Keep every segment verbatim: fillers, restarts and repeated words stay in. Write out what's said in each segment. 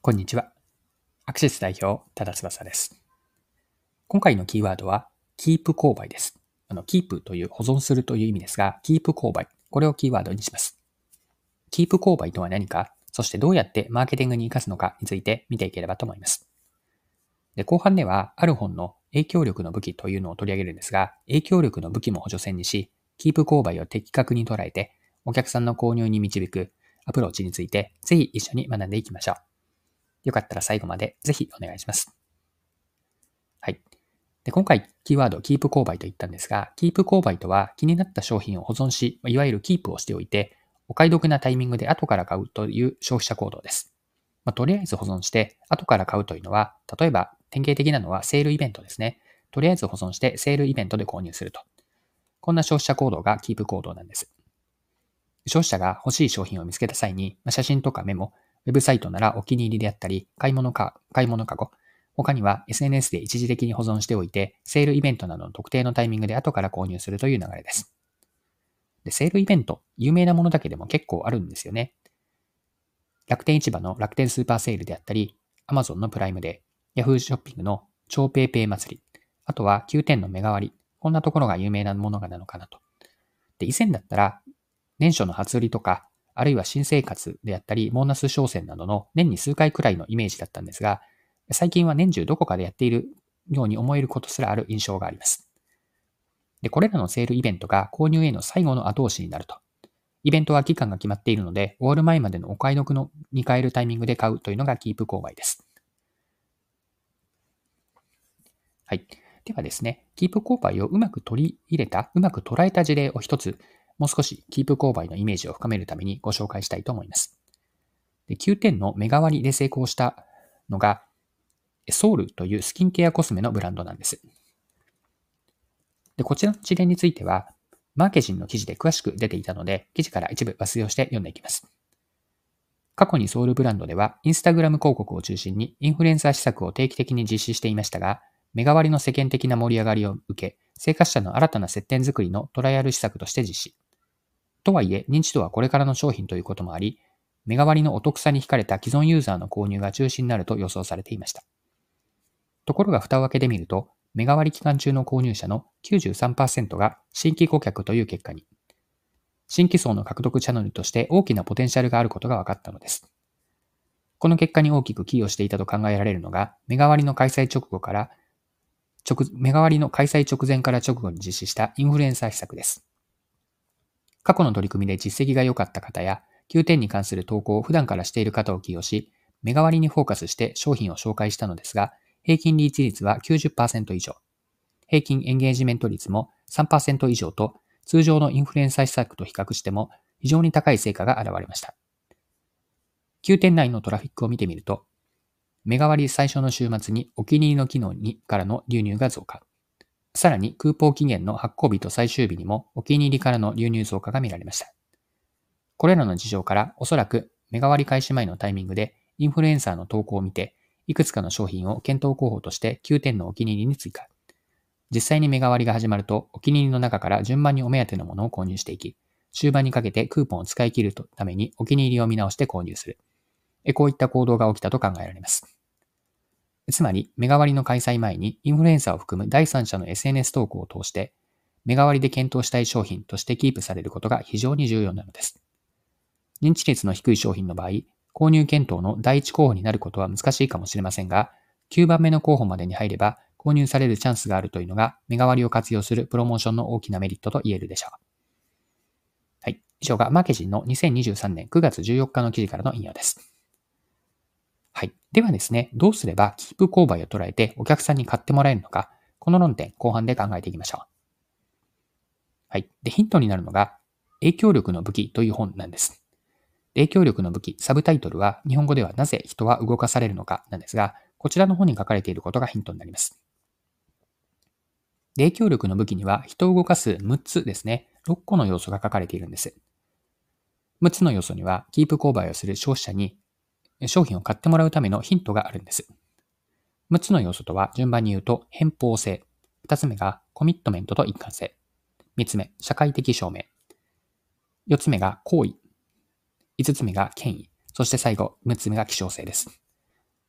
こんにちは。アクシス代表、多田翼です。今回のキーワードは、キープ購買です。あの、キープという保存するという意味ですが、キープ購買。これをキーワードにします。キープ購買とは何か、そしてどうやってマーケティングに活かすのかについて見ていければと思います。で、後半では、ある本の影響力の武器というのを取り上げるんですが、影響力の武器も補助線にし、キープ購買を的確に捉えて、お客さんの購入に導くアプローチについて、ぜひ一緒に学んでいきましょう。よかったら最後までぜひお願いします。はい。で、今回、キーワードをキープ購買と言ったんですが、キープ購買とは気になった商品を保存し、いわゆるキープをしておいて、お買い得なタイミングで後から買うという消費者行動です。まあ、とりあえず保存して後から買うというのは、例えば典型的なのはセールイベントですね。とりあえず保存してセールイベントで購入すると。こんな消費者行動がキープ行動なんです。消費者が欲しい商品を見つけた際に、写真とかメモ、ウェブサイトならお気に入りであったり、買い物か、買い物かご、他には エスエヌエス で一時的に保存しておいて、セールイベントなどの特定のタイミングで後から購入するという流れです。で、セールイベント、有名なものだけでも結構あるんですよね。楽天市場の楽天スーパーセールであったり、Amazon のプライムデー、Yahoo ショッピングの超ペイペイ祭り、あとはきゅうてんのメガ割り、こんなところが有名なものがなのかなと。で、以前だったら、年初の初売りとか、あるいは新生活であったり、ボーナス商戦などの年に数回くらいのイメージだったんですが、最近は年中どこかでやっているように思えることすらある印象があります。で、これらのセールイベントが購入への最後の後押しになると。イベントは期間が決まっているので、終わる前までのお買い得のに買えるタイミングで買うというのがキープ購買です。はい。ではですね、キープ購買をうまく取り入れた、うまく捉えた事例を一つ、もう少しキープ購買のイメージを深めるためにご紹介したいと思います。できゅうてんのメガ割りで成功したのが、ソウルというスキンケアコスメのブランドなんです。で、こちらの事例については、マーケジンの記事で詳しく出ていたので、記事から一部抜粋をして読んでいきます。過去にソウルブランドでは、インスタグラム広告を中心にインフルエンサー施策を定期的に実施していましたが、メガ割りの世間的な盛り上がりを受け、生活者の新たな接点作りのトライアル施策として実施。とはいえ、認知度はこれからの商品ということもあり、メガ割りのお得さに惹かれた既存ユーザーの購入が中心になると予想されていました。ところが蓋を開けてみると、メガ割り期間中の購入者の きゅうじゅうさんパーセント が新規顧客という結果に、新規層の獲得チャンネルとして大きなポテンシャルがあることが分かったのです。この結果に大きく寄与していたと考えられるのが、メガ割りの開催直後から、直メガ割りの開催直前から直後に実施したインフルエンサー施策です。過去の取り組みで実績が良かった方や、きゅうてんに関する投稿を普段からしている方を起用し、メガ割りにフォーカスして商品を紹介したのですが、平均リーチ率は きゅうじゅっパーセント 以上。平均エンゲージメント率も さんパーセント 以上と、通常のインフルエンサー施策と比較しても非常に高い成果が現れました。きゅうてん内のトラフィックを見てみると、メガ割り最初の週末にお気に入りの機能にからの流入が増加。さらに、クーポン期限の発行日と最終日にもお気に入りからの流入増加が見られました。これらの事情から、おそらくメガ割り開始前のタイミングでインフルエンサーの投稿を見て、いくつかの商品を検討候補としてきゅうてんのお気に入りに追加。実際にメガ割りが始まると、お気に入りの中から順番にお目当てのものを購入していき、終盤にかけてクーポンを使い切るためにお気に入りを見直して購入する。こういった行動が起きたと考えられます。つまり、メガ割りの開催前にインフルエンサーを含む第三者の エスエヌエス 投稿を通して、メガ割りで検討したい商品としてキープされることが非常に重要なのです。認知率の低い商品の場合、購入検討の第一候補になることは難しいかもしれませんが、きゅうばんめの候補までに入れば購入されるチャンスがあるというのがメガ割りを活用するプロモーションの大きなメリットと言えるでしょう。はい。以上がマーケジンのにせんにじゅうさんねんくがつじゅうよっかの記事からの引用です。はい。ではですね、どうすればキープ購買を捉えてお客さんに買ってもらえるのか、この論点後半で考えていきましょう。はい。で、ヒントになるのが、影響力の武器という本なんです。影響力の武器、サブタイトルは日本語ではなぜ人は動かされるのかなんですが、こちらの本に書かれていることがヒントになります。で影響力の武器には人を動かすむっつですね、ろっこの要素が書かれているんです。むっつの要素には、キープ購買をする消費者に商品を買ってもらうためのヒントがあるんです。むっつの要素とは順番に言うと、偏方性。ふたつめがコミットメントと一貫性。みっつめ、社会的証明。よっつめが行為。いつつめが権威。そして最後、むっつめが希少性です。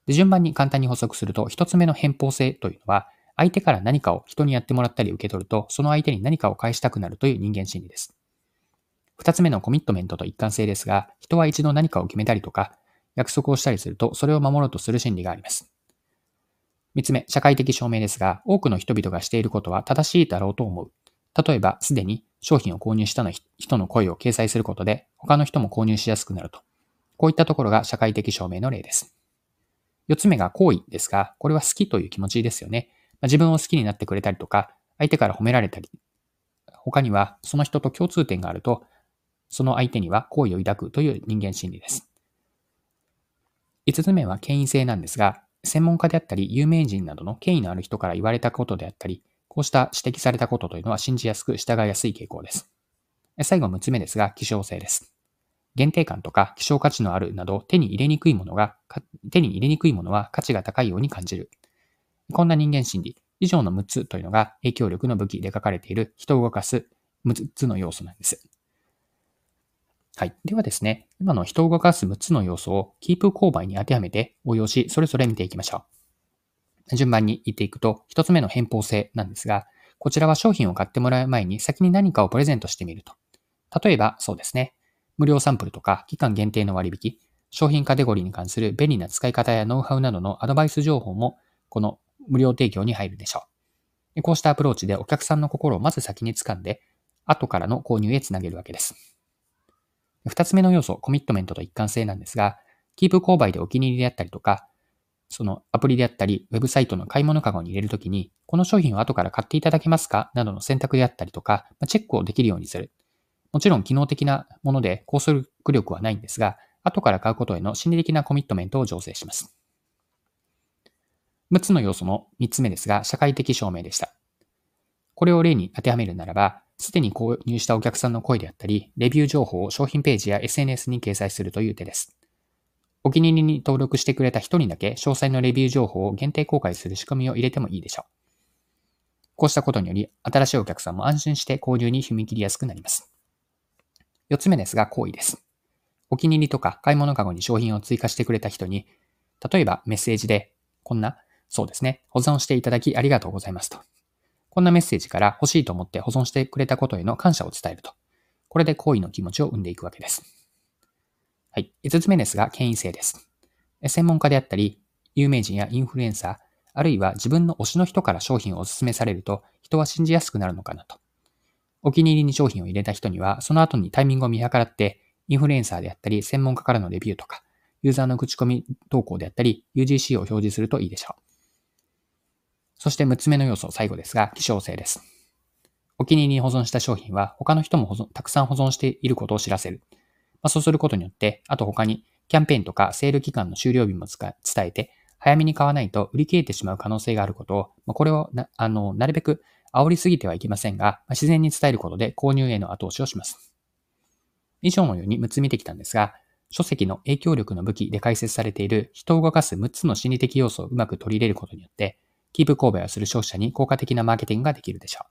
で、順番に簡単に補足すると、一つ目の偏方性というのは、相手から何かを人にやってもらったり受け取ると、その相手に何かを返したくなるという人間心理です。二つ目のコミットメントと一貫性ですが、人は一度何かを決めたりとか、約束をしたりすると、それを守ろうとする心理があります。三つ目、社会的証明ですが、多くの人々がしていることは正しいだろうと思う。例えば、すでに商品を購入したの人の声を掲載することで、他の人も購入しやすくなると。こういったところが社会的証明の例です。四つ目が好意ですが、これは好きという気持ちですよね。まあ、自分を好きになってくれたりとか、相手から褒められたり、他にはその人と共通点があると、その相手には好意を抱くという人間心理です。五つ目は権威性なんですが、専門家であったり、有名人などの権威のある人から言われたことであったり、こうした指摘されたことというのは信じやすく従いやすい傾向です。最後六つ目ですが、希少性です。限定感とか希少価値のあるなど手に入れにくいものが、手に入れにくいものは価値が高いように感じる。こんな人間心理、以上のむっつというのが影響力の武器で書かれている人を動かすむっつの要素なんです。はい。ではですね、今の人を動かすむっつの要素をキープ購買に当てはめて応用し、それぞれ見ていきましょう。順番に言っていくと、一つ目の偏方性なんですが、こちらは商品を買ってもらう前に先に何かをプレゼントしてみると。例えば、そうですね。無料サンプルとか期間限定の割引、商品カテゴリーに関する便利な使い方やノウハウなどのアドバイス情報もこの無料提供に入るでしょう。こうしたアプローチでお客さんの心をまず先に掴んで、後からの購入へつなげるわけです。二つ目の要素、コミットメントと一貫性なんですが、キープ購買でお気に入りであったりとか、そのアプリであったり、ウェブサイトの買い物カゴに入れるときに、この商品を後から買っていただけますかなどの選択であったりとか、チェックをできるようにする。もちろん機能的なもので拘束力はないんですが、後から買うことへの心理的なコミットメントを醸成します。むっつの要素のみっつめですが、社会的証明でした。これを例に当てはめるならば、すでに購入したお客さんの声であったり、レビュー情報を商品ページや エスエヌエス に掲載するという手です。お気に入りに登録してくれたひとりだけ詳細のレビュー情報を限定公開する仕組みを入れてもいいでしょう。こうしたことにより、新しいお客さんも安心して購入に踏み切りやすくなります。よっつめですが、好意です。お気に入りとか買い物カゴに商品を追加してくれた人に、例えばメッセージで、こんな、そうですね、保存していただきありがとうございますと。こんなメッセージから欲しいと思って保存してくれたことへの感謝を伝えると。これで好意の気持ちを生んでいくわけです。はい。いつつめですが、権威性です。専門家であったり、有名人やインフルエンサー、あるいは自分の推しの人から商品をお勧めされると、人は信じやすくなるのかなと。お気に入りに商品を入れた人には、その後にタイミングを見計らって、インフルエンサーであったり、専門家からのレビューとか、ユーザーの口コミ投稿であったり、ユージーシー を表示するといいでしょう。そしてむっつめの要素、最後ですが、希少性です。お気に入りに保存した商品は、他の人も保存たくさん保存していることを知らせる。まあ、そうすることによって、あと他にキャンペーンとかセール期間の終了日も伝えて、早めに買わないと売り切れてしまう可能性があることを、まあ、これをなあのなるべく煽りすぎてはいけませんが、まあ、自然に伝えることで購入への後押しをします。以上のようにむっつ見てきたんですが、書籍の影響力の武器で解説されている人を動かすむっつの心理的要素をうまく取り入れることによって、キープ購買をする消費者に効果的なマーケティングができるでしょう。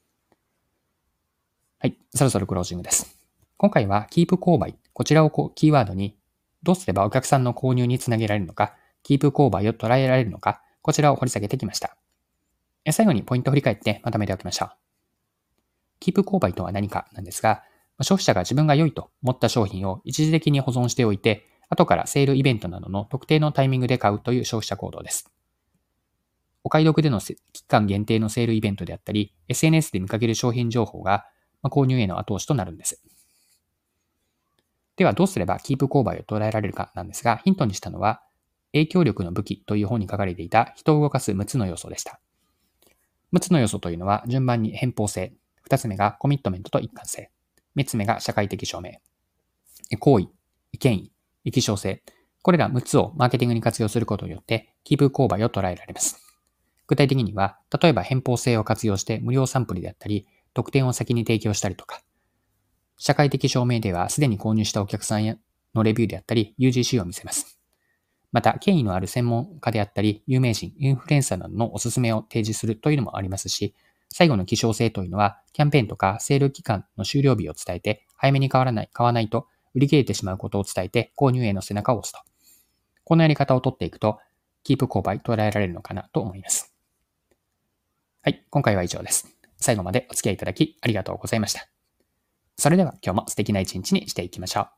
はい、そろそろクロージングです。今回はキープ購買、こちらをキーワードに、どうすればお客さんの購入につなげられるのか、キープ購買を捉えられるのか、こちらを掘り下げてきました。最後にポイントを振り返ってまとめておきましょう。キープ購買とは何かなんですが、消費者が自分が良いと思った商品を一時的に保存しておいて、後からセールイベントなどの特定のタイミングで買うという消費者行動です。お買い得での期間限定のセールイベントであったり、エスエヌエス で見かける商品情報が購入への後押しとなるんです。ではどうすればキープ購買を捉えられるかなんですが、ヒントにしたのは、影響力の武器という本に書かれていた人を動かすむっつの要素でした。むっつの要素というのは順番に偏方性、ふたつめがコミットメントと一貫性、みっつめが社会的証明、好意、権威、希少性、これらむっつをマーケティングに活用することによってキープ購買を捉えられます。具体的には、例えば偏方性を活用して無料サンプルであったり、特典を先に提供したりとか、社会的証明ではすでに購入したお客さんのレビューであったり、ユージーシー を見せます。また、権威のある専門家であったり、有名人、インフルエンサーなどのおすすめを提示するというのもありますし、最後の希少性というのは、キャンペーンとかセール期間の終了日を伝えて、早めに買わない、買わないと売り切れてしまうことを伝えて、購入への背中を押すと。このやり方を取っていくと、 キープ購買捉えられるのかなと思います。はい、今回は以上です。最後までお付き合いいただきありがとうございました。それでは今日も素敵な一日にしていきましょう。